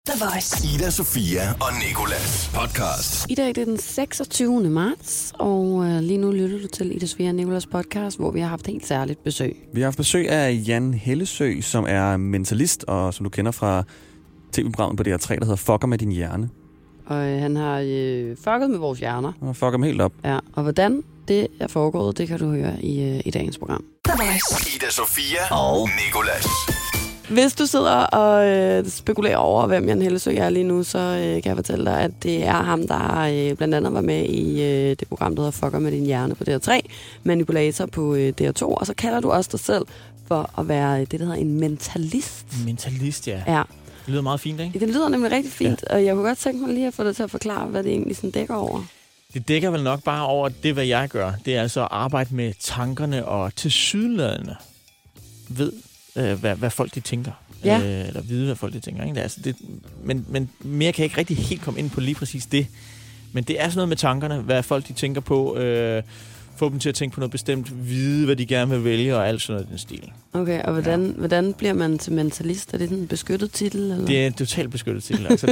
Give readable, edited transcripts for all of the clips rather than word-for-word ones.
The Voice. Ida, Sofia og Nicolas podcast. I dag det er den 26. marts, og lige nu lytter du til Ida, Sofia og Nicolas podcast, hvor vi har haft helt særligt besøg. Vi har haft besøg af Jan Hellesøe, som er mentalist, og som du kender fra tv-programmet på DR3, der hedder Fucker med din hjerne. Og han har fucket med vores hjerner. Og fucker dem helt op. Ja, og hvordan det er foregået, det kan du høre i dagens program. The Voice. Ida, Sofia og Nicolas. Hvis du sidder og spekulerer over, hvem Jan Hellesøe er lige nu, så kan jeg fortælle dig, at det er ham, der blandt andet var med i det program, der hedder Fucker med din hjerne på DR3, Manipulator på DR2, og så kalder du også dig selv for at være det, der hedder en mentalist. Mentalist, ja. Ja. Det lyder meget fint, ikke? Det lyder nemlig rigtig fint, og jeg kunne godt tænke mig lige at få dig til at forklare, hvad det egentlig sådan dækker over. Det dækker vel nok bare over det, hvad jeg gør. Det er altså at arbejde med tankerne og tilsyneladende ved, hvad folk de tænker. Ja. Eller vide, hvad folk de tænker. Ikke? Men mere kan jeg ikke rigtig helt komme ind på lige præcis det. Men det er sådan noget med tankerne, hvad folk de tænker på. Få dem til at tænke på noget bestemt, vide, hvad de gerne vil vælge, og alt sådan noget i den stil. Okay, og hvordan bliver man til mentalist? Er det en beskyttet titel? Eller? Det er en totalt beskyttet titel. Altså,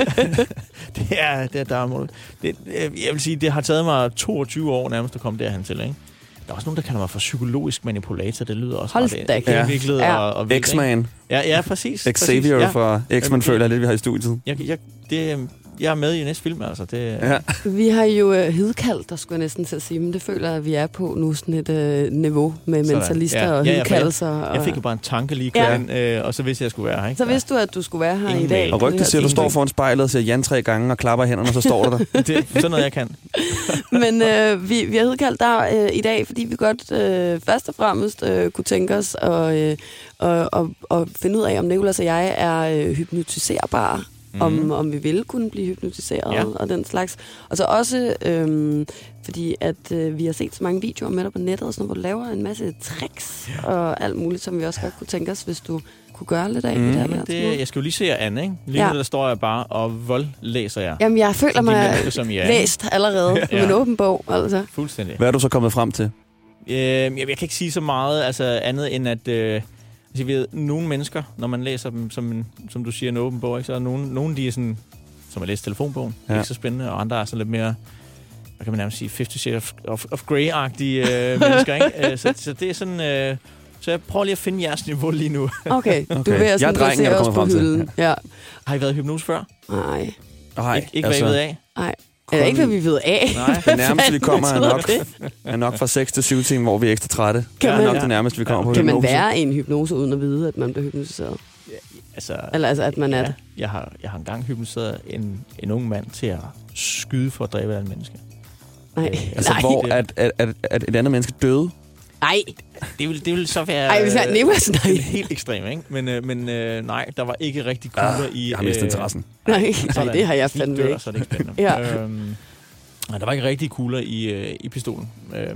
det er der mål. Jeg vil sige, det har taget mig 22 år nærmest at komme derhen til, ikke? Der er også nogen, der kalder mig for psykologisk manipulator. Det lyder også ret indviklet og vildt. X-Man. Ja, præcis. Xavier fra X-Man føler jeg lidt, vi har i studiet. Jeg er med i næste film, altså. Vi har jo hidkaldt, der skulle jeg næsten til at sige, men det føler jeg, at vi er på nu sådan et niveau med mentalister og hidkaldelser. Jeg fik jo bare en tanke lige kørt ind, og så vidste jeg skulle være her. Ikke? Så vidste du, at du skulle være her i dag. Og rygtet siger, at du står foran spejlet og siger Jan 3 gange og klapper hænderne, og så står du der. Det er sådan noget, jeg kan. Men vi har hidkaldt dig i dag, fordi vi godt først og fremmest kunne tænke os at finde ud af, om Nicolas og jeg er hypnotiserbare. Om vi ville kunne blive hypnotiseret og den slags. Og så også fordi, at vi har set så mange videoer med dig på nettet, og sådan, hvor du laver en masse tricks og alt muligt, som vi også godt kunne tænke os, hvis du kunne gøre lidt af jeg skal jo lige se jer an, ikke? Lige nu der står jeg bare og voldlæser jer. Jamen, jeg føler mig læst allerede med en åben bog. Altså. Fuldstændig. Hvad er du så kommet frem til? Jeg kan ikke sige så meget andet end, at jeg ved, nogle mennesker, når man læser dem, som du siger, en åben bog, ikke, så er nogle de er sådan, som har læst telefonbogen, ikke så spændende, og andre er sådan lidt mere, hvad kan man nærmest sige, 50 Shades of Grey-agtige mennesker, ikke? Så det er sådan, så jeg prøver lige at finde jeres niveau lige nu. Okay. Du vil altså placere os på hylden. Ja. Har I været i hypnose før? Nej. Ikke hvad I ved af? Nej. Eller ikke, hvad vi ved af. Nej, det nærmeste, vi kommer, er nok fra 6 til 7 timer, hvor vi er ekstra trætte. Det er nok det nærmeste, vi kommer på hypnose. Kan man være i en hypnose, uden at vide, at man bliver hypnotiseret? Eller at man er det? Jeg har engang hypnotiseret en ung mand til at skyde for at dræbe et menneske. Nej. Hvor at et andet menneske døde? Nej. Det vil så være helt ekstremt, ikke? Men nej, der var ikke rigtig kugler i... Jeg har mistet interessen. Nej, det har jeg fandme ikke. Så er det ikke spændende. Nej, der var ikke rigtig kugler i pistolen,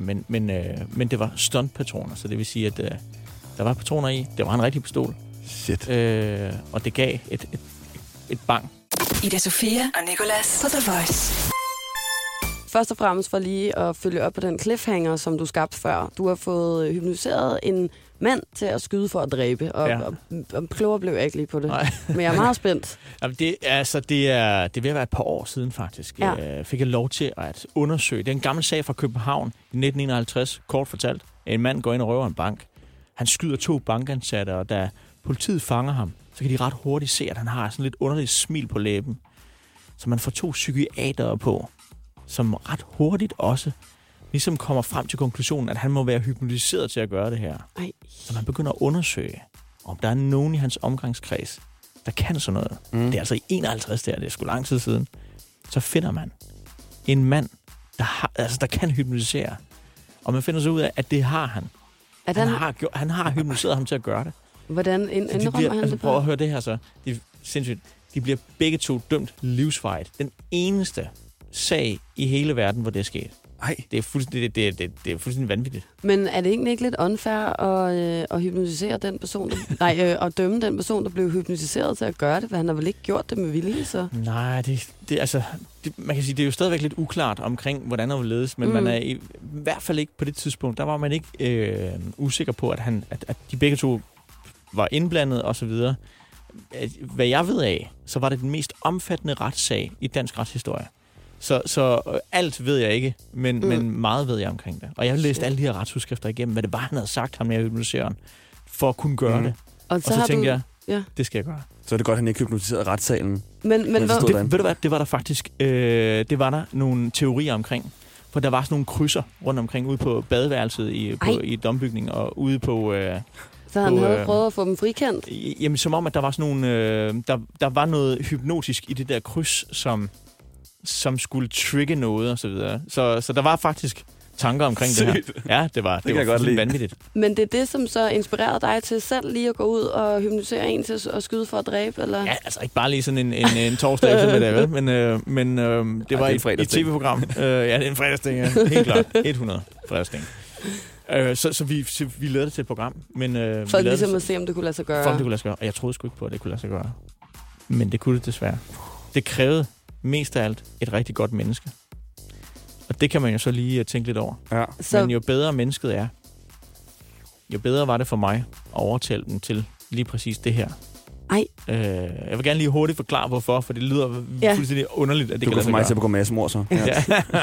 men det var stuntpatroner, så det vil sige, at der var patroner i. Det var en rigtig pistol. Shit. Og det gav et bang. Ida, Sofia og Nicolas på The Voice. Først og fremmest for lige at følge op på den cliffhanger, som du skabte før. Du har fået hypnotiseret en mand til at skyde for at dræbe, og klogere blev jeg ikke lige på det. Nej. Men jeg er meget spændt. Jamen, det er ved at være et par år siden faktisk. Jeg fik jeg lov til at undersøge. Det er en gammel sag fra København i 1951, kort fortalt. En mand går ind og røver en bank. Han skyder 2 bankansatte, og da politiet fanger ham, så kan de ret hurtigt se, at han har sådan lidt underligt smil på læben. Så man får 2 psykiatere på, som ret hurtigt også ligesom kommer frem til konklusionen, at han må være hypnotiseret til at gøre det her. Ej. Så man begynder at undersøge, om der er nogen i hans omgangskreds, der kan sådan noget. Det er altså i 51 det er sgu lang tid siden. Så finder man en mand, der kan hypnotisere. Og man finder så ud af, at det har han. Han har hypnotiseret ham til at gøre det. Hvordan indrømmer han det på? Prøv at høre det her så. Det er sindssygt. De bliver begge to dømt livsvarigt. Den eneste sag i hele verden, hvor det er sket. Ej. Det er fuldstændig vanvittigt. Men er det egentlig ikke lidt unfair at hypnotisere den person, at dømme den person, der blev hypnotiseret til at gøre det? For han har vel ikke gjort det med vilje, så? Nej, man kan sige, det er jo stadigvæk lidt uklart omkring, hvordan han vil ledes, men man er i hvert fald ikke på det tidspunkt, der var man ikke usikker på, at de begge to var indblandet og så videre. hvad jeg ved af, så var det den mest omfattende retssag i dansk retshistorie. Så alt ved jeg ikke, men meget ved jeg omkring det. Og jeg har læst alle de her retsudskrifter igennem, hvad det var, han havde sagt, ham med hypnotiseren, for at kunne gøre det. Og så tænkte jeg, det skal jeg gøre. Så er det godt, at han ikke hypnotiserede retssalen. Men ved du hvad, det var der faktisk, det var der nogle teorier omkring. For der var sådan nogle krydser rundt omkring, ude på badeværelset i dombygningen, og ude på... så han havde prøvet at få dem frikendt? Jamen, som om, at der var sådan nogle... der var noget hypnotisk i det der kryds, som skulle trigge noget, og så videre. Så der var faktisk tanker omkring det her. Ja, det var vanvittigt. Men det er det, som så inspirerede dig til selv lige at gå ud og hypnotisere en til at skyde for at dræbe, eller? Ja, altså ikke bare lige sådan en torsdag eftermiddag, vel? Men det var et tv-program. Ja, det er en fredagsting, ja. Helt klart. 100 fredagsting. Så vi lavede det til et program. Men, for ligesom at se, om det kunne lade sig gøre. For om det kunne lade sig gøre. Og jeg troede sgu ikke på, at det kunne lade sig gøre. Men det kunne det desværre. Det krævede mest af alt et rigtig godt menneske. Og det kan man jo så lige tænke lidt over. Ja. Men jo bedre mennesket er, jo bedre var det for mig at overtale dem til lige præcis det her. Jeg vil gerne lige hurtigt forklare, hvorfor, for det lyder fuldstændig underligt, at det kan lade sig gøre. Du kan få mig til at begå massemord, så. Ja.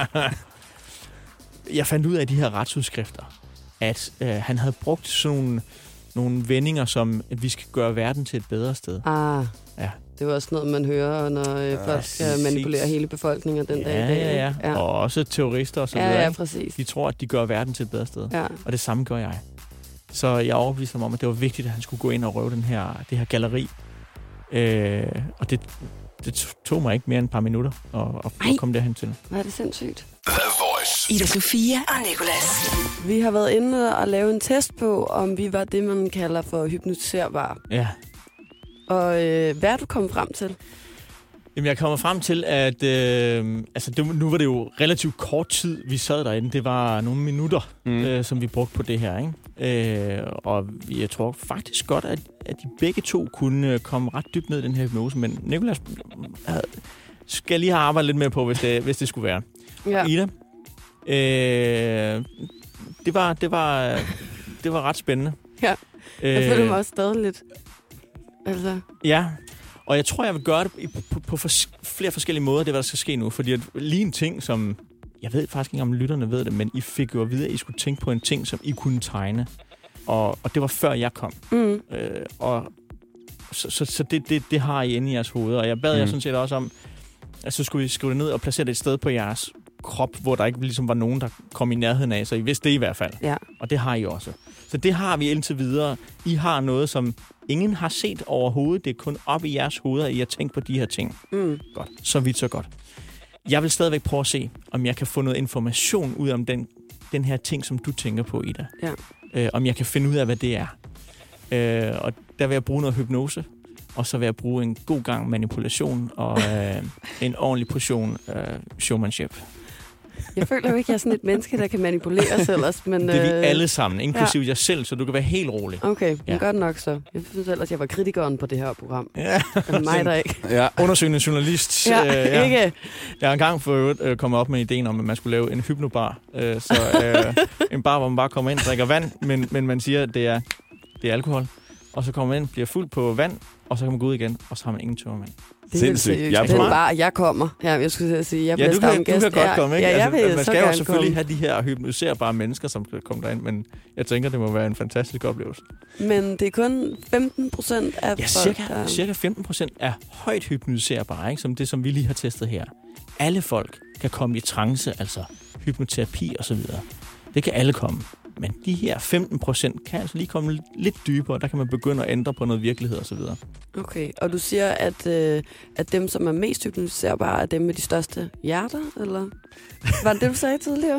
Jeg fandt ud af de her retsudskrifter, at han havde brugt sådan nogle vendinger, som at vi skal gøre verden til et bedre sted. Ja. Det var også noget, man hører, når folk skal manipulere hele befolkningen den dag i dag. Ja. Og også terrorister og så videre. Ja, præcis. De tror, at de gør verden til et bedre sted. Ja. Og det samme gør jeg. Så jeg overbeviste mig om, at det var vigtigt, at han skulle gå ind og røve det her galleri. Og det tog mig ikke mere end et par minutter at komme derhen til. Hvad er det sindssygt. The Voice. Ida Sofia og Nicolas. Vi har været inde og lave en test på, om vi var det, man kalder for hypnotiserbare. Ja. Og hvad er du kommet frem til? Jamen, jeg kommer frem til, at nu var det jo relativt kort tid, vi sad derinde. Det var nogle minutter, som vi brugte på det her, ikke? Og jeg tror faktisk godt, at de begge to kunne komme ret dybt ned i den her hypnose. Men Nicolas skal lige have arbejdet lidt mere på, hvis det skulle være. Ja. Ida, det var ret spændende. Ja, jeg føler mig også stadig lidt. Altså. Ja, og jeg tror, jeg vil gøre det på flere forskellige måder, det hvad der skal ske nu. Fordi at lige en ting, som... Jeg ved faktisk ikke, om lytterne ved det, men I fik jo at vide, at I skulle tænke på en ting, som I kunne tegne. Og det var før jeg kom. Så det har I inde i jeres hoveder. Og jeg bad jer sådan set også om, at så skulle I skrive det ned og placere det et sted på jeres krop, hvor der ikke ligesom var nogen, der kom i nærheden af. Så I vidste det i hvert fald. Ja. Og det har I også. Så det har vi indtil videre. I har noget, som ingen har set overhovedet. Det er kun op i jeres hoveder, at I har tænkt på de her ting. Godt. Så vidt, så godt. Jeg vil stadigvæk prøve at se, om jeg kan få noget information ud om den her ting, som du tænker på, Ida. Ja. Om jeg kan finde ud af, hvad det er. Og der vil jeg bruge noget hypnose, og så vil jeg bruge en god gang manipulation og en ordentlig portion showmanship. Jeg føler jo ikke, at jeg er sådan et menneske, der kan manipulere selv også, men... Det er vi alle sammen, inklusive jer selv, så du kan være helt rolig. Okay, men godt nok så. Jeg synes ellers, jeg var kritikeren på det her program. Ja. Mig der ikke. Ja. Undersøgende journalist. Ikke. Jeg har engang kommet op med ideen om, at man skulle lave en hypnobar. En bar, hvor man bare kommer ind og drikker vand, men man siger, at det er alkohol. Og så kommer man ind, bliver fuld på vand, og så kan man gå ud igen, og så har man ingen tømmermand. Sindssygt. Jeg kommer. Ja, jeg skulle sige, jeg bliver stamgæst. Du kan godt komme, ikke? Ja, jeg vil man så skal jo gerne selvfølgelig komme. have de her hypnotiserbare mennesker, som kan komme derind, men jeg tænker, det må være en fantastisk oplevelse. Men det er kun 15% af folk, cirka 15% er højt hypnotiserbare, ikke? Som det, som vi lige har testet her. Alle folk kan komme i trance, altså hypnoterapi og så videre. Det kan alle komme. Men de her 15% kan altså lige komme lidt dybere. Der kan man begynde at ændre på noget virkelighed og så videre. Okay, og du siger, at dem, som er mest hypnotiserbare, er dem med de største hjerter, eller? Var det det, du sagde tidligere?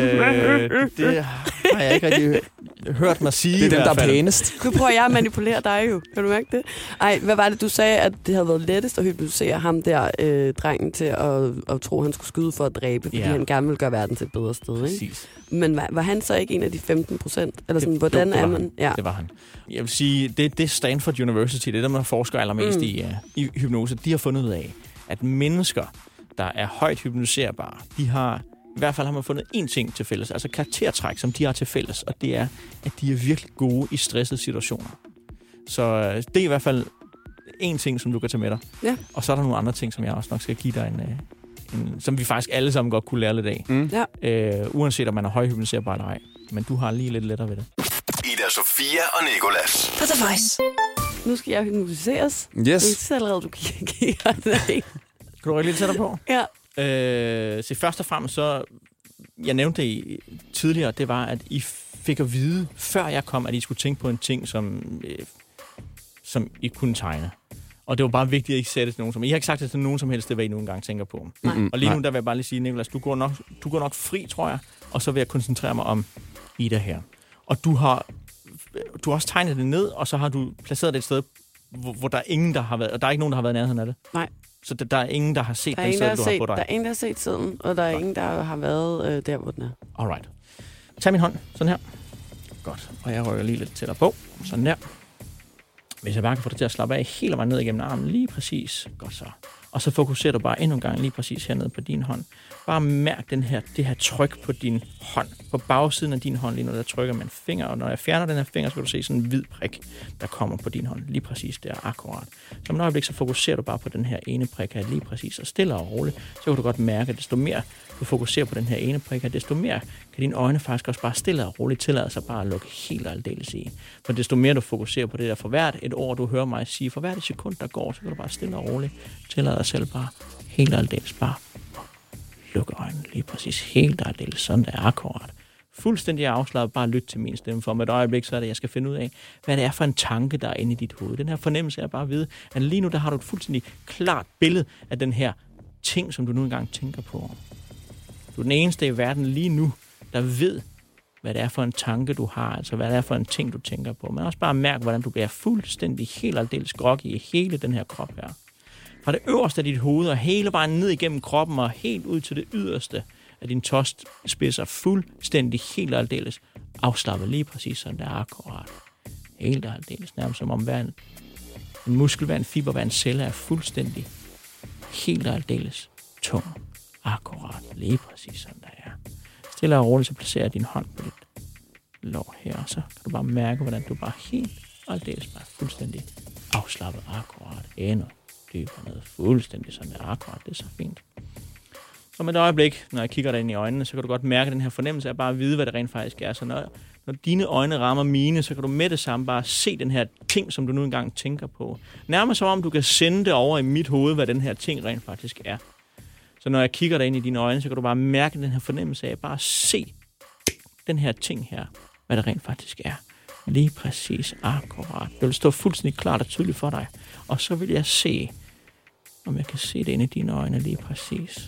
Det har jeg ikke rigtig hørt mig sige. Det er dem, der er pænest. Nu prøver jeg at manipulere dig jo. Kan du mærke det? Ej, hvad var det, du sagde, at det havde været lettest at hypnotisere ham der, drengen, til at tro, at han skulle skyde for at dræbe, fordi han gerne ville gøre verden til et bedre sted, ikke? Præcis. Men var han så ikke en af de 15%? Eller sådan, hvordan er man? Ja. Det var han. Jeg vil sige, det Stanford University, det er der, man forsker allermest i hypnose, de har fundet ud af, at mennesker, der er højt hypnotiserbare, de har, i hvert fald har man fundet én ting til fælles, altså karaktertræk, som de har til fælles, og det er, at de er virkelig gode i stressede situationer. Så det er i hvert fald én ting, som du kan tage med dig. Ja. Og så er der nogle andre ting, som jeg også nok skal give dig som vi faktisk alle sammen godt kunne lære lidt af. Ja. Uanset om man er højhypnotiserbar eller ej. Men du har lige lidt lettere ved det. Ida Sofia og Nicolas. På The Voice. Nu skal jeg hypnotiseres. Yes. Jeg synes allerede, du kigger dig. Kan du rykke lidt til dig på? Ja. Så først og fremmest så, jeg nævnte det tidligere, det var, at I fik at vide, før jeg kom, at I skulle tænke på en ting, som I kunne tegne. Og det var bare vigtigt, at I ikke sagde det til nogen som... I har ikke sagt det til nogen som helst, det hvad I nu engang tænker på. Og lige nu, der vil jeg bare lige sige, Nicolas, du går nok fri, tror jeg, og så vil jeg koncentrere mig om Ida her. Og du har også tegnet det ned, og så har du placeret det et sted, hvor der er ingen, der har været... Og der er ikke nogen, der har været i nærheden af det? Nej. Så der er ingen, der har set den sæde, du har på dig? Der er ingen, der har set sæden, og der er ingen, der har været der, hvor den er. Alright. Tag min hånd, sådan her. Godt. Og jeg rykker lige lidt tættere på. Sådan der. Hvis jeg bare kan få det til at slappe af hele vejen ned igennem armen, lige præcis. Godt så. Og så fokuserer du bare endnu en gang lige præcis hernede på din hånd. Bare mærk det her tryk på din hånd. På bagsiden af din hånd, lige når der trykker med en finger. Og når jeg fjerner den her finger, så kan du se sådan en hvid prik, der kommer på din hånd. Lige præcis der, akkurat. Så om et øjeblik, så fokuserer du bare på den her ene prik her, lige præcis. Og stille og roligt, så kan du godt mærke, at desto mere du fokuserer på den her ene prik her, desto mere kan dine øjne faktisk også bare stille og roligt tillade sig bare at lukke helt og aldeles i. For desto mere du fokuserer på det der, for hvert et ord, du hører mig sige, for hvert et sekund, der går, så kan du bare stille og roligt tillade dig selv bare helt og aldeles bare lukke øjnene lige præcis helt og aldeles, sådan der akkurat. Fuldstændig afslappet, bare lyt til min stemme, for om et øjeblik, så er det, jeg skal finde ud af, hvad det er for en tanke, der er inde i dit hoved. Den her fornemmelse er bare at vide, at lige nu, der har du et fuldstændig klart billede af den her ting, som du nu engang tænker på. Du er den eneste i verden lige nu, der ved, hvad det er for en tanke, du har, altså hvad det er for en ting, du tænker på. Men også bare mærke, hvordan du bliver fuldstændig helt aldeles groggy i hele den her krop her. Fra det øverste af dit hoved og hele vejen ned igennem kroppen og helt ud til det yderste af din tåspidser fuldstændig helt aldeles afslappet lige præcis sådan der akkurat. Helt aldeles, nærmest som om hver en muskel, hver en fiber, hver en celle er fuldstændig helt aldeles tung. Akkurat, lige præcis sådan der er. Stille og roligt, så placerer din hånd på dit lår her, og så kan du bare mærke, hvordan du bare helt aldeles bare fuldstændig afslappet akkurat endnu dybere ned. Fuldstændig sådan der akkurat, det er så fint. Om et øjeblik, når jeg kigger dig ind i øjnene, så kan du godt mærke den her fornemmelse af bare at vide, hvad det rent faktisk er. Så når dine øjne rammer mine, så kan du med det samme bare se den her ting, som du nu engang tænker på. Nærmest som om du kan sende det over i mit hoved, hvad den her ting rent faktisk er. Så når jeg kigger dig ind i dine øjne, så kan du bare mærke den her fornemmelse af bare at se den her ting her, hvad det rent faktisk er. Lige præcis akkurat. Det vil stå fuldstændig klart og tydeligt for dig. Og så vil jeg se, om jeg kan se det inde i dine øjne lige præcis.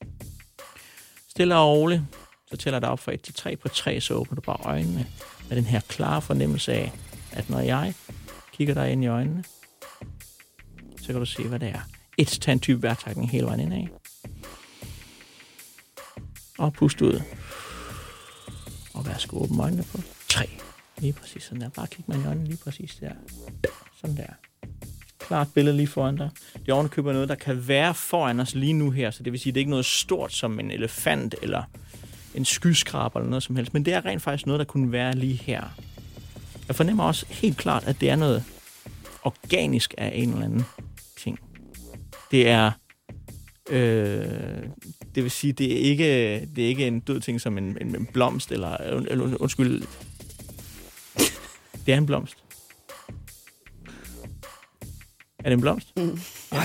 Stille og roligt, så tæller jeg dig op fra 1 til 3. På 3, så åbner du bare øjnene med den her klare fornemmelse af, at når jeg kigger dig ind i øjnene, så kan du se, hvad det er. 1, tag en type vejrtrækning hele vejen indad. Og pust ud. Og værsgo, åbne øjnene på 3. Lige præcis sådan der. Bare kig mig i øjnene lige præcis der. Sådan der. Klart billede lige foran dig. Det er ovenikøbet noget, der kan være foran os lige nu her. Så det vil sige, at det er ikke noget stort som en elefant eller en skyskraber eller noget som helst. Men det er rent faktisk noget, der kunne være lige her. Jeg fornemmer også helt klart, at det er noget organisk af en eller anden ting. Det er... det vil sige, det er ikke en død ting som en blomst, eller undskyld. Det er en blomst. Er det en blomst? Nej.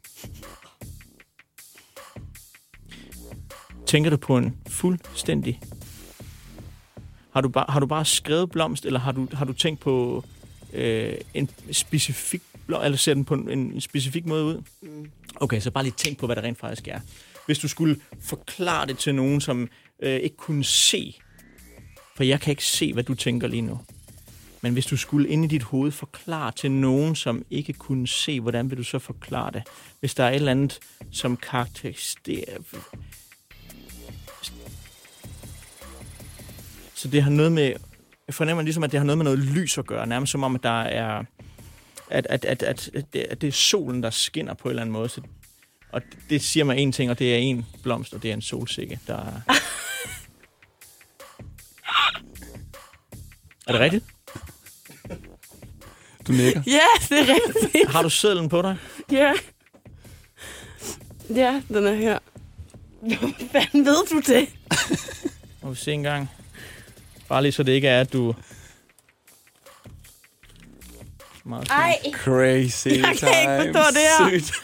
Tænker du på en fuldstændig... Har du bare skrevet blomst, eller har du tænkt på en specifik blomst, eller ser den på en specifik måde ud? Okay, så bare lige tænk på, hvad det rent faktisk er. Hvis du skulle forklare det til nogen, som ikke kunne se, for jeg kan ikke se, hvad du tænker lige nu. Men hvis du skulle inde i dit hoved forklare til nogen, som ikke kunne se, hvordan vil du så forklare det? Hvis der er et eller andet, som karakteriserer... Så det har noget med... Jeg fornemmer ligesom, at det har noget med noget lys at gøre. Nærmest som om, at der er... At det er solen, der skinner på en eller anden måde. Så, og det siger mig en ting, og det er en blomst, og det er en solsikke, der er... Er det rigtigt? Du nikker. Ja, det er rigtigt. Har du sedlen på dig? Ja. Ja, den er her. Hvad fanden ved du det? Må vi se en gang. Bare lige så det ikke er, at du... Meget Ej. Crazy Jeg kan ikke forstå det her. Sygt.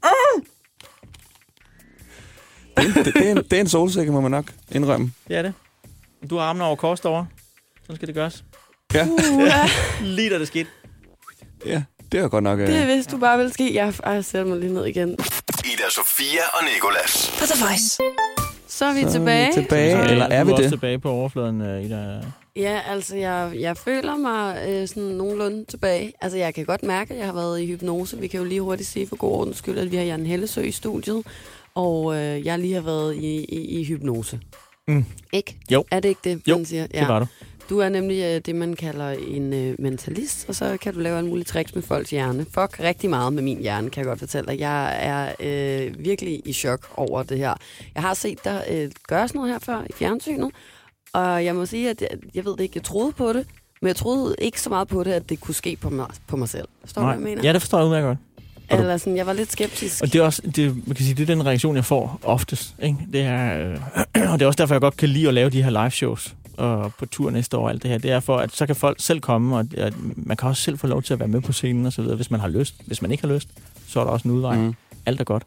Det er en solsikke, må man nok indrømme. Det er det. Du har armene over kors derovre. Sådan skal det gøres. Ja. Lige da det skete. Ja, det er godt nok... Det vidste du bare ville ske. Jeg sætter mig lige ned igen. Ida Sofia og Nicolas. På The Voice. Så er vi tilbage. Eller er vi også det? tilbage på overfladen, Ida? Ja, altså jeg føler mig sådan nogenlunde tilbage. Altså jeg kan godt mærke, at jeg har været i hypnose. Vi kan jo lige hurtigt sige for god ordens skyld, at vi har Jan Hellesø i studiet. Og jeg lige har været i hypnose. Mm. Ikke? Jo. Er det ikke det, Jo, man siger? det var du. Du er nemlig det, man kalder en mentalist, og så kan du lave alle mulige tricks med folks hjerne. Fuck rigtig meget med min hjerne, kan jeg godt fortælle dig. Jeg er virkelig i chok over det her. Jeg har set dig gøre sådan noget her før i fjernsynet, og jeg må sige, at jeg ved det ikke, jeg troede på det, men jeg troede ikke så meget på det, at det kunne ske på mig selv. Forstår du, hvad jeg mener? Ja, det forstår jeg udmærket godt. Eller sådan, jeg var lidt skeptisk. Og det er også, man kan sige, det er den reaktion, jeg får oftest. Ikke? Det er, og det er også derfor, jeg godt kan lide at lave de her live shows og på tur næste år. Alt det her. Det er for, at så kan folk selv komme, og man kan også selv få lov til at være med på scenen og så videre, hvis man har lyst. Hvis man ikke har lyst, så er der også en udvej. Alt er godt.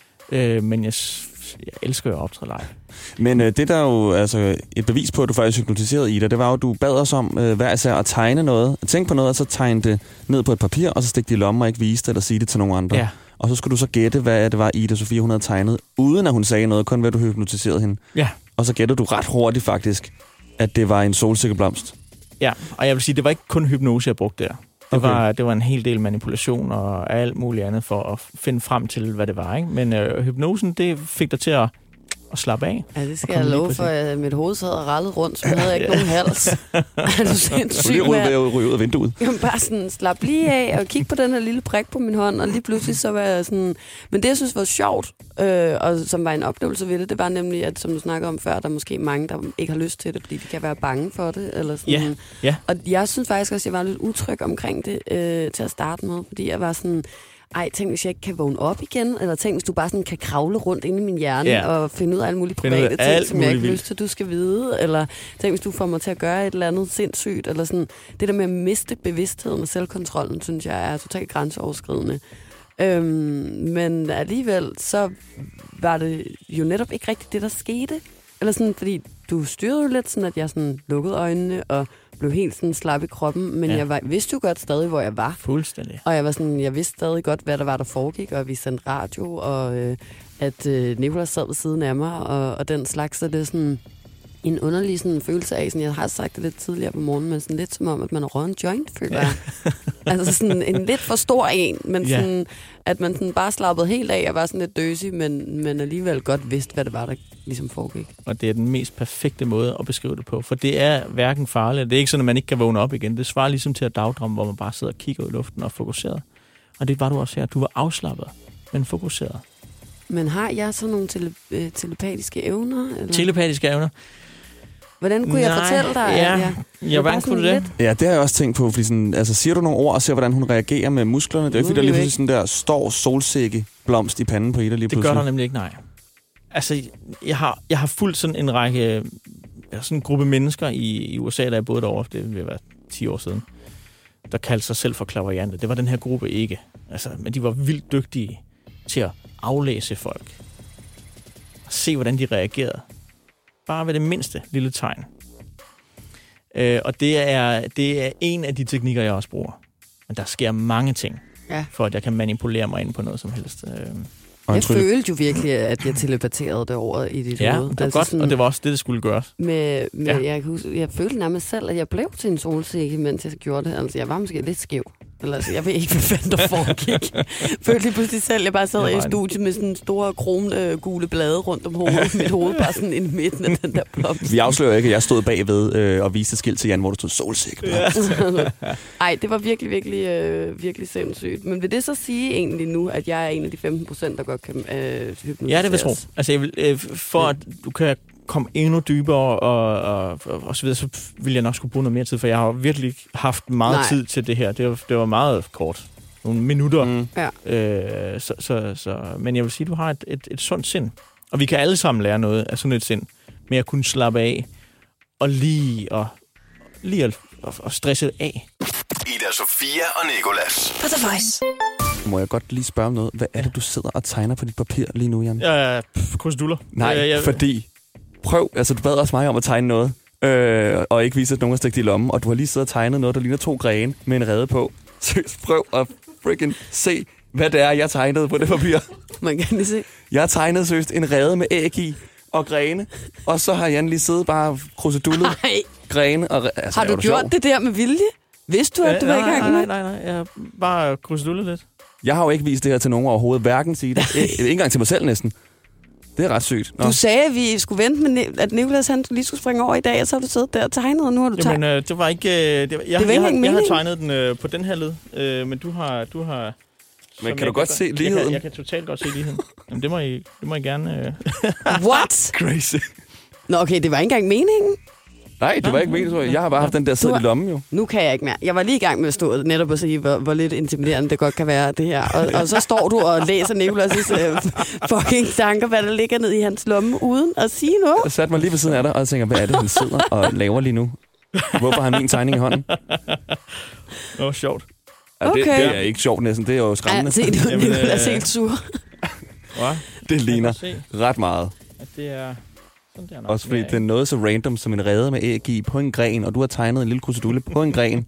Men jeg elsker jo at optræde live. Men det der er jo altså et bevis på, at du faktisk hypnotiserede Ida, det var jo, at du bad os om hver især at tegne noget. Tænk på noget, og så tegne det ned på et papir, og så stikke det i lommen og ikke vise det, eller sige det til nogen andre. Ja. Og så skulle du så gætte, hvad det var, Ida Sofia hun havde tegnet, uden at hun sagde noget, kun ved at du hypnotiserede hende. Ja. Og så gættede du ret hurtigt faktisk, at det var en solsikkeblomst. Ja, og jeg vil sige, det var ikke kun hypnose, jeg brugte der. Det var en hel del manipulation og alt muligt andet for at finde frem til, hvad det var. Ikke? Men hypnosen, det fik dig til at slappe af. Ja, det skal jeg love for, at mit hoved sad og rallede rundt, så jeg havde ikke nogen hals. Er du sindssygt med? Du ryge ud af vinduet. Jeg bare sådan, slap lige af og kigge på den her lille prik på min hånd, og lige pludselig så var jeg sådan... Men det, jeg synes var sjovt, og som var en oplevelse ved det, det var nemlig, at som du snakker om før, der er måske mange, der ikke har lyst til det, fordi de kan være bange for det. Eller sådan. Ja. Og jeg synes faktisk også, at jeg var lidt utryg omkring det til at starte med, fordi jeg var sådan... Ej, tænk, hvis jeg ikke kan vågne op igen, eller tænk, hvis du bare sådan kan kravle rundt inde i min hjerne og finde ud af alle mulige private ting, som jeg ikke har lyst til, du skal vide, eller tænk, hvis du får mig til at gøre et eller andet sindssygt, eller sådan. Det der med at miste bevidstheden og selvkontrollen, synes jeg er totalt grænseoverskridende. Men alligevel, så var det jo netop ikke rigtigt det, der skete. Eller sådan, fordi du styrede jo lidt sådan, at jeg sådan lukkede øjnene og blev helt sådan slap i kroppen, men jeg vidste jo godt stadig, hvor jeg var. Fuldstændig. Og jeg vidste stadig godt, hvad der var, der foregik, og vi sendte radio, og at Nicolas sad ved siden af mig, og den slags, så det er sådan en underlig sådan følelse af, sådan, jeg har sagt det lidt tidligere på morgenen, men sådan lidt som om, at man rører en joint, føler jeg. Altså sådan en lidt for stor en, men sådan, at man sådan bare slappede helt af og var sådan lidt døsig, men alligevel godt vidste, hvad det var, der ligesom foregik. Og det er den mest perfekte måde at beskrive det på, for det er hverken farligt, det er ikke sådan, at man ikke kan vågne op igen. Det svarer ligesom til at dagdrømme, hvor man bare sidder og kigger ud i luften og fokuseret. Og det var du også her. Du var afslappet, men fokuseret. Men har jeg så nogle telepatiske evner? Eller? Telepatiske evner? Hvordan kunne jeg fortælle dig? Hvordan kunne du det? Ja, det har jeg også tænkt på, fordi sådan, altså, siger du nogle ord og ser, hvordan hun reagerer med musklerne? Det er jo ikke, fordi der lige pludselig sådan der står solsikke blomst i panden på Ida lige pludselig. Det gør der nemlig ikke, nej. Altså, jeg har fulgt sådan en række, sådan en gruppe mennesker i USA, da jeg boede derovre, det vil være 10 år siden, der kaldte sig selv for clairvoyante. Det var den her gruppe ikke. Altså, men de var vildt dygtige til at aflæse folk. Og se, hvordan de reagerede. Bare ved det mindste lille tegn. Og det er en af de teknikker, jeg også bruger. Men der sker mange ting, for at jeg kan manipulere mig ind på noget som helst. Jeg følte jo virkelig, at jeg telepaterede det over i dit hoved. Ja, det var godt, sådan, og det var også det skulle gøres. Jeg følte nærmest selv, at jeg blev til en solsikke, mens jeg gjorde det. Altså, jeg var måske lidt skæv. Eller, altså, jeg ved ikke, hvad fanden der foregik. Følte lige pludselig selv, jeg bare sad i studiet med sådan store kromede gule blade rundt om hovedet. Mit hoved bare sådan i midten af den der blomst. Vi afslører ikke, at jeg stod bagved og viste et skilt til Jan, hvor der stod solsikke. Ej, det var virkelig, virkelig, virkelig sindssygt. Men vil det så sige egentlig nu, at jeg er en af de 15%, der godt kan hypnotiseres? Ja, det vil jeg tro. Altså, for at du kan kom endnu dybere og så videre, så ville jeg nok skulle bruge noget mere tid, for jeg har virkelig haft meget tid til det her. Det var meget kort. Nogle minutter. Men jeg vil sige, at du har et sundt sind. Og vi kan alle sammen lære noget af sådan et sind, med at kunne slappe af og lige at stresse af. Ida Sofia og Nicolas. For The Voice. Må jeg godt lige spørge om noget? Hvad er det, du sidder og tegner på dit papir lige nu, Jan? Kruseduller. Nej, fordi... Prøv, altså du bad også mig om at tegne noget, og ikke vise, at nogen har stikket i lommen, og du har lige siddet og tegnet noget, der ligner 2 grene med en rede på. Så prøv at freaking se, hvad det er, jeg tegnede på det papir. Man kan lige se. Jeg har tegnet seriøst en rede med æg i og grene, og så har Jan lige siddet bare krusedullet grene. Og altså, har du gjort det der med vilje? Vidste du, at du var i gang med? Nej. Jeg har bare krusedullet lidt. Jeg har jo ikke vist det her til nogen overhovedet, hverken sige det. Ikke engang til mig selv næsten. Det er ret sygt. Nå. Du sagde, at vi skulle vente med, at Nicolas han lige skulle springe over i dag, og så har du siddet der og tegnet, og nu har du tegnet. Jamen, det var ikke... Jeg har tegnet den på den her led, men du har men kan du godt se ligheden? Jeg kan totalt godt se ligheden. Jamen, det må I gerne... What? Crazy. Nå, okay, det var ikke engang meningen. Nej, det var ikke meningen, tror jeg. Jeg har bare haft den der siddet i lommen, jo. Nu kan jeg ikke mere. Jeg var lige i gang med at stå netop og sige, hvor lidt intimiderende det godt kan være, det her. Og så står du og læser Nicolas' fucking tanker, hvad der ligger ned i hans lomme, uden at sige noget. Jeg satte mig lige ved siden af dig og tænker, hvad er det, han sidder og laver lige nu? Hvorfor har han min tegning i hånden? Det var sjovt. Ja, Okay. det er ikke sjovt næsten, det er jo skræmmende. Ja, se, Nicolas er helt sur. Det ligner ret meget. At det er... Også fordi det er noget så random som en rede med æg i på en gren, og du har tegnet en lille krusedulle på en gren.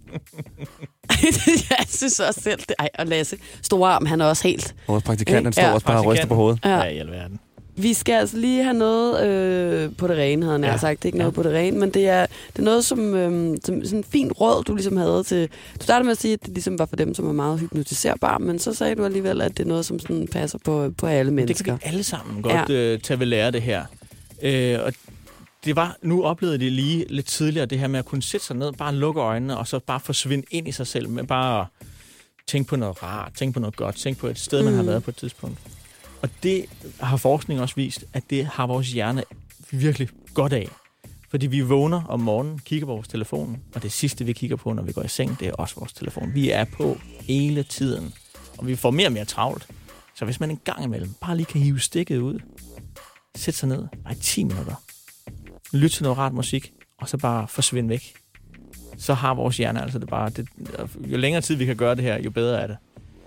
Jeg synes også selv det. Ej, og Lasse, Storarm, han er også helt... Vores praktikant, han står også bare og ryster på hovedet. Ja, i alverden. Vi skal altså lige have noget på det rene, havde han sagt. Det er ikke noget på det rene, men det er noget, som sådan en fin råd, du ligesom havde til... Du startede med at sige, at det ligesom var for dem, som er meget hypnotiserbare, men så sagde du alligevel, at det er noget, som sådan passer på alle mennesker. Det kan vi alle sammen godt tage ved lære det her. Og det var, nu oplevede det lige lidt tidligere, det her med at kunne sætte sig ned, bare lukke øjnene, og så bare forsvinde ind i sig selv, med bare at tænke på noget rart, tænke på noget godt, tænke på et sted, man har været på et tidspunkt. Og det har forskning også vist, at det har vores hjerne virkelig godt af. Fordi vi vågner om morgenen, kigger på vores telefon, og det sidste, vi kigger på, når vi går i seng, det er også vores telefon. Vi er på hele tiden, og vi får mere og mere travlt. Så hvis man en gang imellem bare lige kan hive stikket ud, sæt sig ned, bare 10 minutter, lyt til noget rart musik, og så bare forsvinde væk. Så har vores hjerne altså det bare... jo længere tid vi kan gøre det her, jo bedre er det.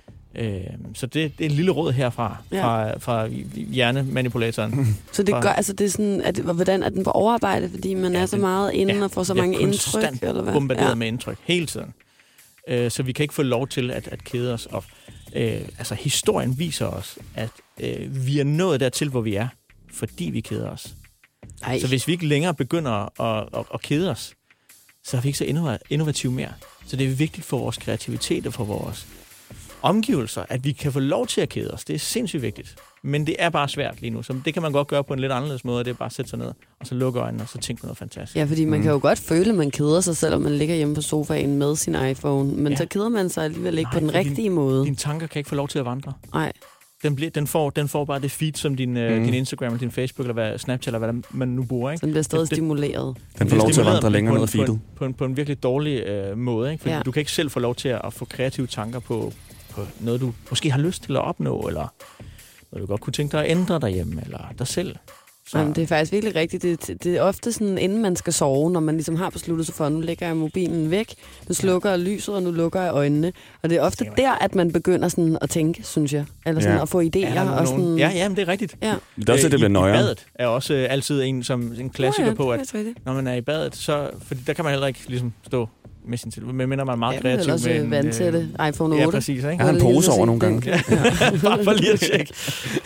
Så det er et lille råd herfra, fra hjernemanipulatoren. Så det gør, altså det er sådan, hvordan er den på overarbejde, fordi man er så meget inde og får så mange indtryk? Eller hvad? Bombarderet med indtryk, hele tiden. Så vi kan ikke få lov til at kede os. Og, altså historien viser os, at vi er nået dertil, hvor vi er, fordi vi keder os. Ej. Så hvis vi ikke længere begynder at kede os, så er vi ikke så innovative mere. Så det er vigtigt for vores kreativitet og for vores omgivelser, at vi kan få lov til at kede os. Det er sindssygt vigtigt. Men det er bare svært lige nu. Så det kan man godt gøre på en lidt anderledes måde. Det er bare at sætte sig ned, og så lukke øjnene, og så tænke på noget fantastisk. Ja, fordi man kan jo godt føle, at man keder sig, selvom man ligger hjemme på sofaen med sin iPhone. Men så keder man sig alligevel ikke på den rigtige måde. Dine tanker kan ikke få lov til at vandre. Nej. Den får bare det feed, som din Instagram eller din Facebook eller Snapchat eller hvad man nu bruger. Ikke? Så den bliver stadig stimuleret. Den får lov til at vandre længere ned ad feedet. På en virkelig dårlig måde. Ikke? Fordi du kan ikke selv få lov til at få kreative tanker på noget, du måske har lyst til at opnå, eller noget, du godt kunne tænke dig at ændre derhjemme, eller dig selv. Jamen, det er faktisk virkelig rigtigt. Det er ofte sådan, inden man skal sove, når man ligesom har besluttet sig for, nu lægger jeg mobilen væk, nu slukker jeg lyset, og nu lukker jeg øjnene. Og det er ofte der, at man begynder sådan at tænke, synes jeg. Eller sådan at få idéer. Og sådan... Ja, men det er rigtigt. Ja. Det er også det bliver nøjere. I badet er også altid en klassiker på, at når man er i badet, så... Fordi der kan man heller ikke ligesom stå med sin telefon. Men minder man meget kreativ med en... vand til det. iPhone 8. Ja, præcis. Ikke? Jeg har en pose over nogle gange. Bare for lige at tjekke.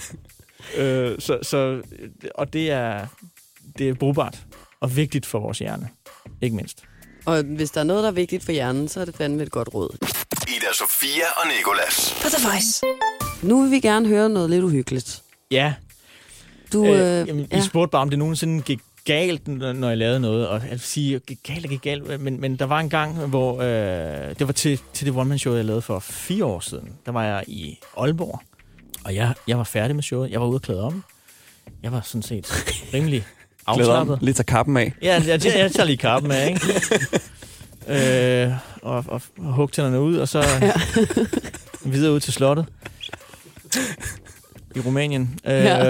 Og det er brugbart og vigtigt for vores hjerne. Ikke mindst. Og hvis der er noget, der er vigtigt for hjernen, så er det fandme et godt råd. Ida Sofia og Nicolas. For The Voice. Nu vil vi gerne høre noget lidt uhyggeligt. Ja. I spurgte bare, om det nogensinde gik galt, når jeg lavede noget. Og at sige, gik galt. Men der var en gang, hvor det var til det one-man-show, jeg lavede for 4 år siden. Der var jeg i Aalborg. Og jeg var færdig med showet. Jeg var ude og klæde om. Jeg var sådan set rimelig afslappet. Lige tager kappen af. Ja, jeg tager lige kappen af, ikke? Og hugge tænderne ud, og så videre ud til slottet. I Rumænien.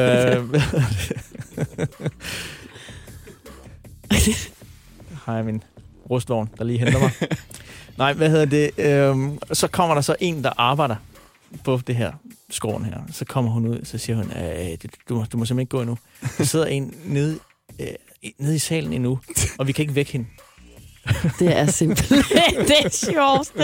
Har jeg min rustvogn, der lige henter mig. Nej, hvad hedder det? Så kommer der så en, der arbejder på det her skråen her. Så kommer hun ud, så siger hun, du må simpelthen ikke gå endnu. Der sidder en nede i salen endnu, og vi kan ikke vække hende. Det er simpelthen det sjoveste.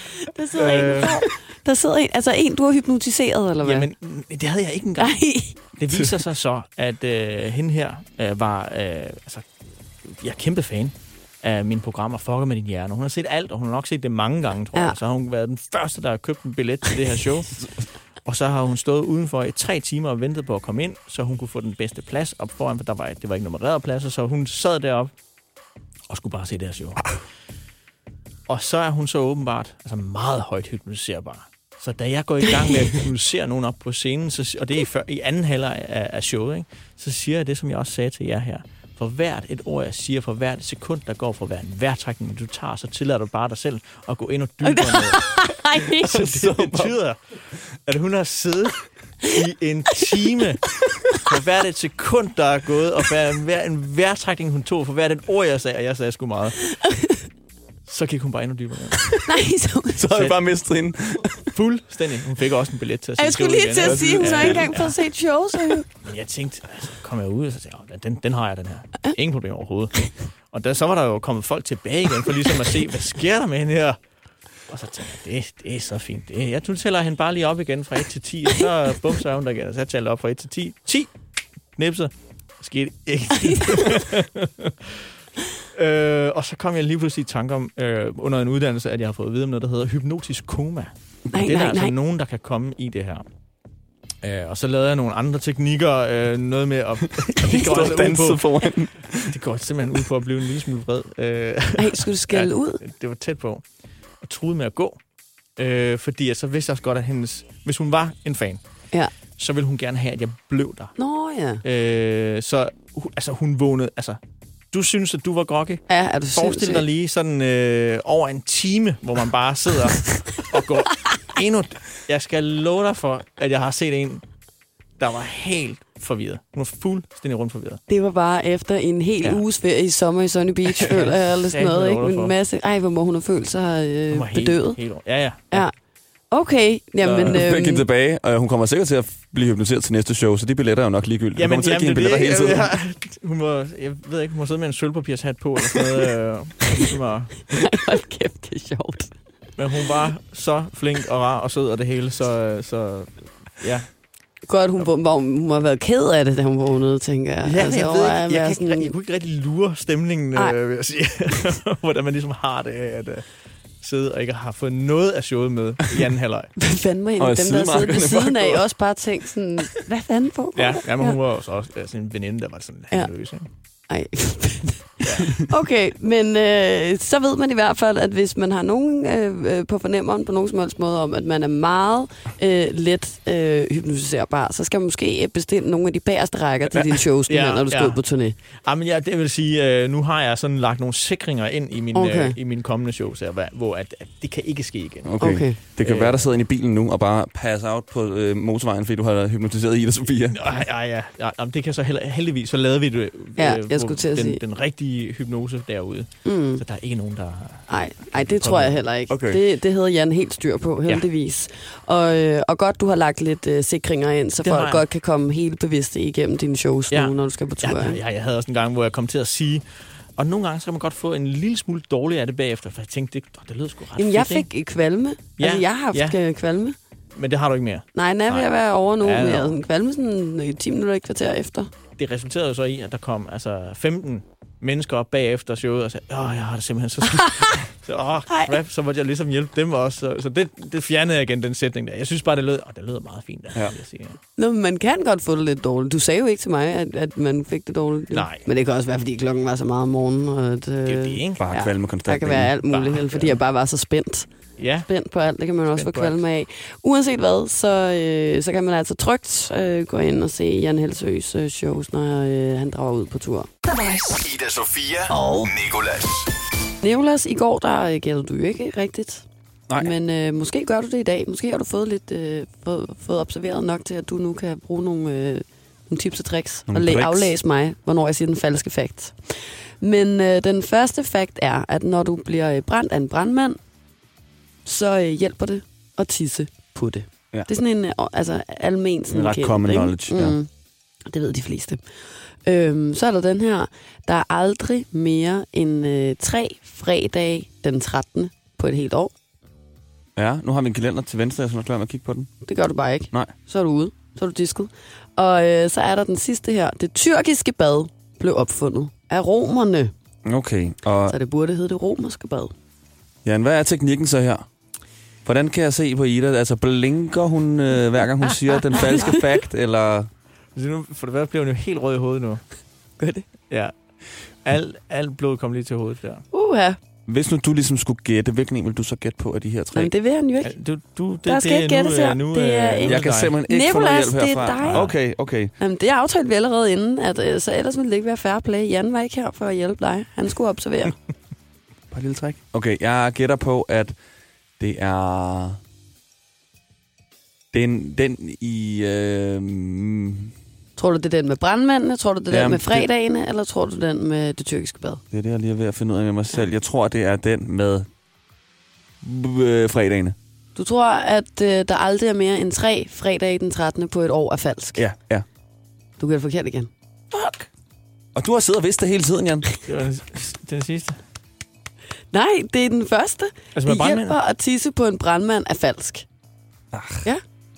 Der sidder en, altså en, du har hypnotiseret, eller hvad? Jamen, det havde jeg ikke engang. Nej. Det viser sig så, at hende her var jeg er kæmpe fan af mine programmer, Fucker med din hjerne. Hun har set alt, og hun har nok set det mange gange, tror jeg. Så har hun været den første, der har købt en billet til det her show. Og så har hun stået udenfor i 3 timer og ventet på at komme ind, så hun kunne få den bedste plads op foran, for det var ikke nummererede pladser, så hun sad deroppe og skulle bare se det her show. Og så er hun så åbenbart meget højt hypnotiserbar. Så da jeg går i gang med at hypnotisere nogen op på scenen, og det er i anden halvleg af showet, ikke, så siger jeg det, som jeg også sagde til jer her. For hvert et ord, jeg siger, for hvert et sekund, der går fra hver en vejrtrækning, du tager, så tillader du bare dig selv at gå endnu dybere ned. Så det betyder, at hun har siddet i en time for hvert et sekund, der er gået, og hver en vejrtrækning, hun tog, for hvert et ord, jeg sagde, og jeg sagde sgu meget. Så gik hun bare endnu dybere ned. Nej, så havde jeg bare mistet hende. Fuldstændig. Hun fik også en billet til at se jeg skulle lige til at sige, hun så ikke engang fået set show, så men jeg tænkte, kom jeg ud, og så tænkte jeg, den har jeg, den her. Ingen problem overhovedet. Og så var der jo kommet folk tilbage igen, for ligesom at se, hvad sker der med hende her? Og så tænkte jeg, det er så fint. Jeg tæller hende bare lige op igen fra 1 til 10, og så bumser hun der igen. Så jeg tæller op fra 1 til 10. 10! Knipser. Skete ikke. Og så kom jeg lige pludselig i tanke om, under en uddannelse, at jeg har fået at vide om noget, der hedder hypnotisk koma. Det er der altså nogen, der kan komme i det her. Og så lavede jeg nogle andre teknikker, noget med at... det går simpelthen ud på at blive en lille smule vred. Skulle du skælde ud? Det var tæt på. Og truede med at gå. Fordi så vidste jeg også godt, at hvis hun var en fan, så ville hun gerne have, at jeg blev der. Nå ja. Så hun vågnede... Altså, du synes, at du var groggy? Ja, er du Forestil dig lige sådan over en time, hvor man bare sidder og går endnu... Jeg skal love dig for, at jeg har set en, der var helt forvirret. Hun var fuldstændig rundt forvirret. Det var bare efter en hel uges ferie i sommer i Sunny Beach, føler jeg, eller sådan noget, ikke? En masse... hvor må hun have følt sig bedøvet. Helt. Ja. Okay, jamen... Hun fik hende tilbage, og hun kommer sikkert til at blive hypnoteret til næste show, så de billetter er jo nok ligegyldigt. Jamen, hun kommer til at give hende billetter hele tiden. Jeg ved ikke, hun må sidde med en sølvpapirshat på, eller sådan noget. Hold kæft, det er sjovt. Men hun var så flink og rar og sød og det hele, så ja. Godt, hun har været ked af det, da hun vågnede, tænker jeg. Ja, altså, jeg kunne ikke rigtig lure stemningen, vil jeg sige. Hvordan man ligesom har det at sidde og ikke har fået noget af showet med i anden halvleg. Hvad fanden var dem, der sidder ved siden af, også bare tænkt sådan, hvad fanden på? Ja, men hun var også sådan en veninde, der var sådan helt nervøs, ikke? Ej. Okay, men så ved man i hvert fald, at hvis man har nogen på fornemmeren på nogen som helst måde om, at man er meget let hypnotiserbar, så skal man måske bestille nogle af de bagerste rækker til dine shows, når du skal ud på turné. Men det vil sige, nu har jeg sådan lagt nogle sikringer ind i mine kommende shows, hvor at det kan ikke ske igen. Okay. Det kan være, der sidder inde i bilen nu og bare passe out på motorvejen, fordi du har hypnotiseret Ida Sofia. Ja. Det kan så heldigvis, så lavede vi det. Jeg skulle til at sige. Den rigtige hypnose derude. Så der er ikke nogen, der... Nej, det tror jeg heller ikke. Okay. Det havde Jan helt styr på, heldigvis. Og godt, du har lagt lidt sikringer ind, så folk godt kan komme helt bevidste igennem dine shows nu, når du skal på tur. Jeg havde også en gang, hvor jeg kom til at sige... Og nogle gange så kan man godt få en lille smule dårligt af det bagefter, for jeg tænkte, det lød sgu ret fedt. Jeg fik kvalme. Altså, jeg har haft kvalme. Men det har du ikke mere? Nej, jeg vil være over nu med sådan kvalme sådan 10 minutter i kvarter efter. Det resulterede jo så i, at der kom 15 mennesker op bagefter showet og sagde, jeg har det simpelthen så skidt. Så måtte jeg ligesom hjælpe dem også. Så det fjernede jeg igen, den sætning der. Jeg synes bare, det lød meget fint. Der, vil jeg sige. Nå, men man kan godt få det lidt dårligt. Du sagde jo ikke til mig, at man fik det dårligt. Nej. Men det kan også være, fordi klokken var så meget om morgenen. Og det er ikke? Bare kvalme konstant. Der kan være alt muligt, fordi jeg bare var så spændt. spændt på alt. Det kan man også få kvalme af. Uanset hvad, så kan man altså trygt gå ind og se Jan Helsøes shows, når han drager ud på tur. Ida Sofia og Nicolas. Nicolas, i går der gældede du jo ikke rigtigt. Nej. Men måske gør du det i dag. Måske har du fået lidt fået observeret nok til, at du nu kan bruge nogle tips og tricks og aflæse mig, hvornår jeg siger den falske fact. Men den første fact er, at når du bliver brændt af en brandmand, så hjælper det at tisse på det. Ja. Det er sådan en almen sådan ret common knowledge. Ja. Det ved de fleste. Så er der den her. Der er aldrig mere end 3 fredage den 13. på et helt år. Ja, nu har vi en kalender til venstre, jeg skal klar med at kigge på den. Det gør du bare ikke. Nej. Så er du ude. Så er du disket. Og så er der den sidste her. Det tyrkiske bad blev opfundet af romerne. Okay. Og så det burde hedde det romerske bad. Jan, hvad er teknikken så her? Hvordan kan jeg se på Ida? Altså, blinker hun, hver gang hun siger den falske fact, eller... For det første bliver hun jo helt rød i hovedet nu. Gør det? Ja. Alt blod kom lige til hovedet der. Hvis nu du ligesom skulle gætte, hvilken en vil du så gætte på af de her 3? Men det vil han jo ikke. Der skal ikke gættes her. Det er jeg kan simpelthen ikke få noget hjælp herfra. Det er dig. Okay. Jamen, det aftalte vi allerede inden, at så ellers ville det ikke være fair play. Jan var ikke her for at hjælpe dig. Han skulle observere. Bare et lille træk. Okay, jeg gætter på, at det er... Den i... Tror du, det er den med brandmændene? Tror du, det er den med fredagene? Eller tror du, den med det tyrkiske bad? Det er det, jeg lige er ved at finde ud af med mig selv. Jeg tror, det er den med fredagene. Du tror, at der aldrig er mere end 3 fredage den 13. på et år er falsk? Ja. Du kan det forkert igen. Fuck! Og du har siddet og vidst det hele tiden, Jan. Det var den sidste. Nej, det er den første. Altså det hjælper at tisse på en brandmand er falsk. Ja.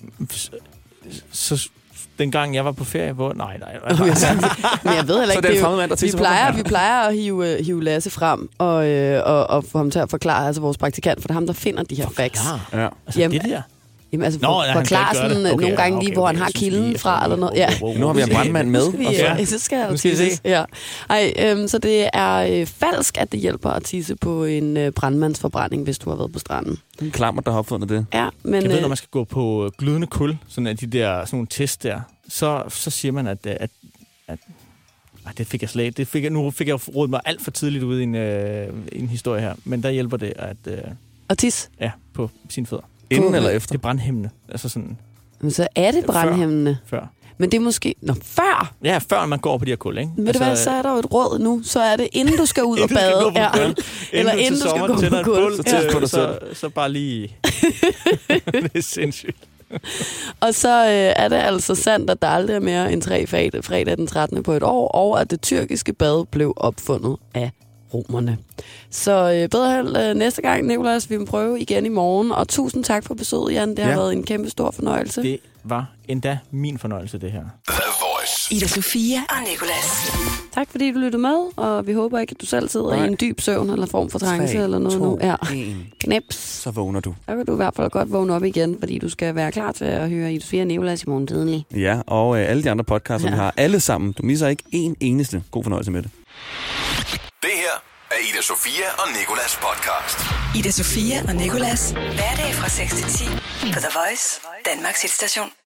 Så dengang jeg var på ferie, hvor... Nej. Men jeg ved heller ikke, det vi plejer at hive Lasse frem og få ham til at forklare, altså vores praktikant, for det er ham, der finder de her facts. Ja. Altså, jamen, det der? Jamen, altså forklare sådan nogle gange lige, hvor han har kilden fra, eller noget. Ja. Nu har vi en brandmand med. Så skal jeg tisse. Ja. Så det er falsk, at det hjælper at tisse på en brandmandsforbrænding, hvis du har været på stranden. En klammer, der har opfundet det. Ja, men... Jeg ved, når man skal gå på glødende kul, sådan af de der sådan nogle test der, så siger man, at det fik jeg slet. Nu fik jeg rodet mig alt for tidligt ud i en historie her, men der hjælper det at tisse? Ja, på sine fødder. Inden eller efter? Det er brandhæmmende. Altså sådan... Men så er det brandhæmmende? Før. Men det er måske... før? Ja, før man går på de her kul, ikke? Ved du hvad, så er der jo et råd nu. Så er det, inden du skal ud og bade. Eller inden du skal gå på kul. Så bare lige... Det er sindssygt. Og så er det altså sandt, at der aldrig er mere end 3 fredag den 13. på et år, og at det tyrkiske bad blev opfundet af romerne. Så bedre held næste gang, Nicolas. Vi vil prøve igen i morgen. Og tusind tak for besøget, Jan. Det har været en kæmpe stor fornøjelse. Det var endda min fornøjelse, det her. The Voice. Ida Sofia og Nicolas. Tak fordi du lyttede med, og vi håber ikke, at du selv sidder i en dyb søvn eller form for trance eller noget 2, nu. Ja. 1. Knips. Så vågner du. Så kan du i hvert fald godt vågne op igen, fordi du skal være klar til at høre Ida Sofia og Nicolas i morgen tidlig. Ja, og alle de andre podcasts, som vi har, alle sammen. Du misser ikke en eneste. God fornøjelse med det. Det her er Ida Sofia og Nicolas podcast. Ida Sofia og Nicolas. Hverdag fra 6 til 10 på The Voice, Danmarks hitstation.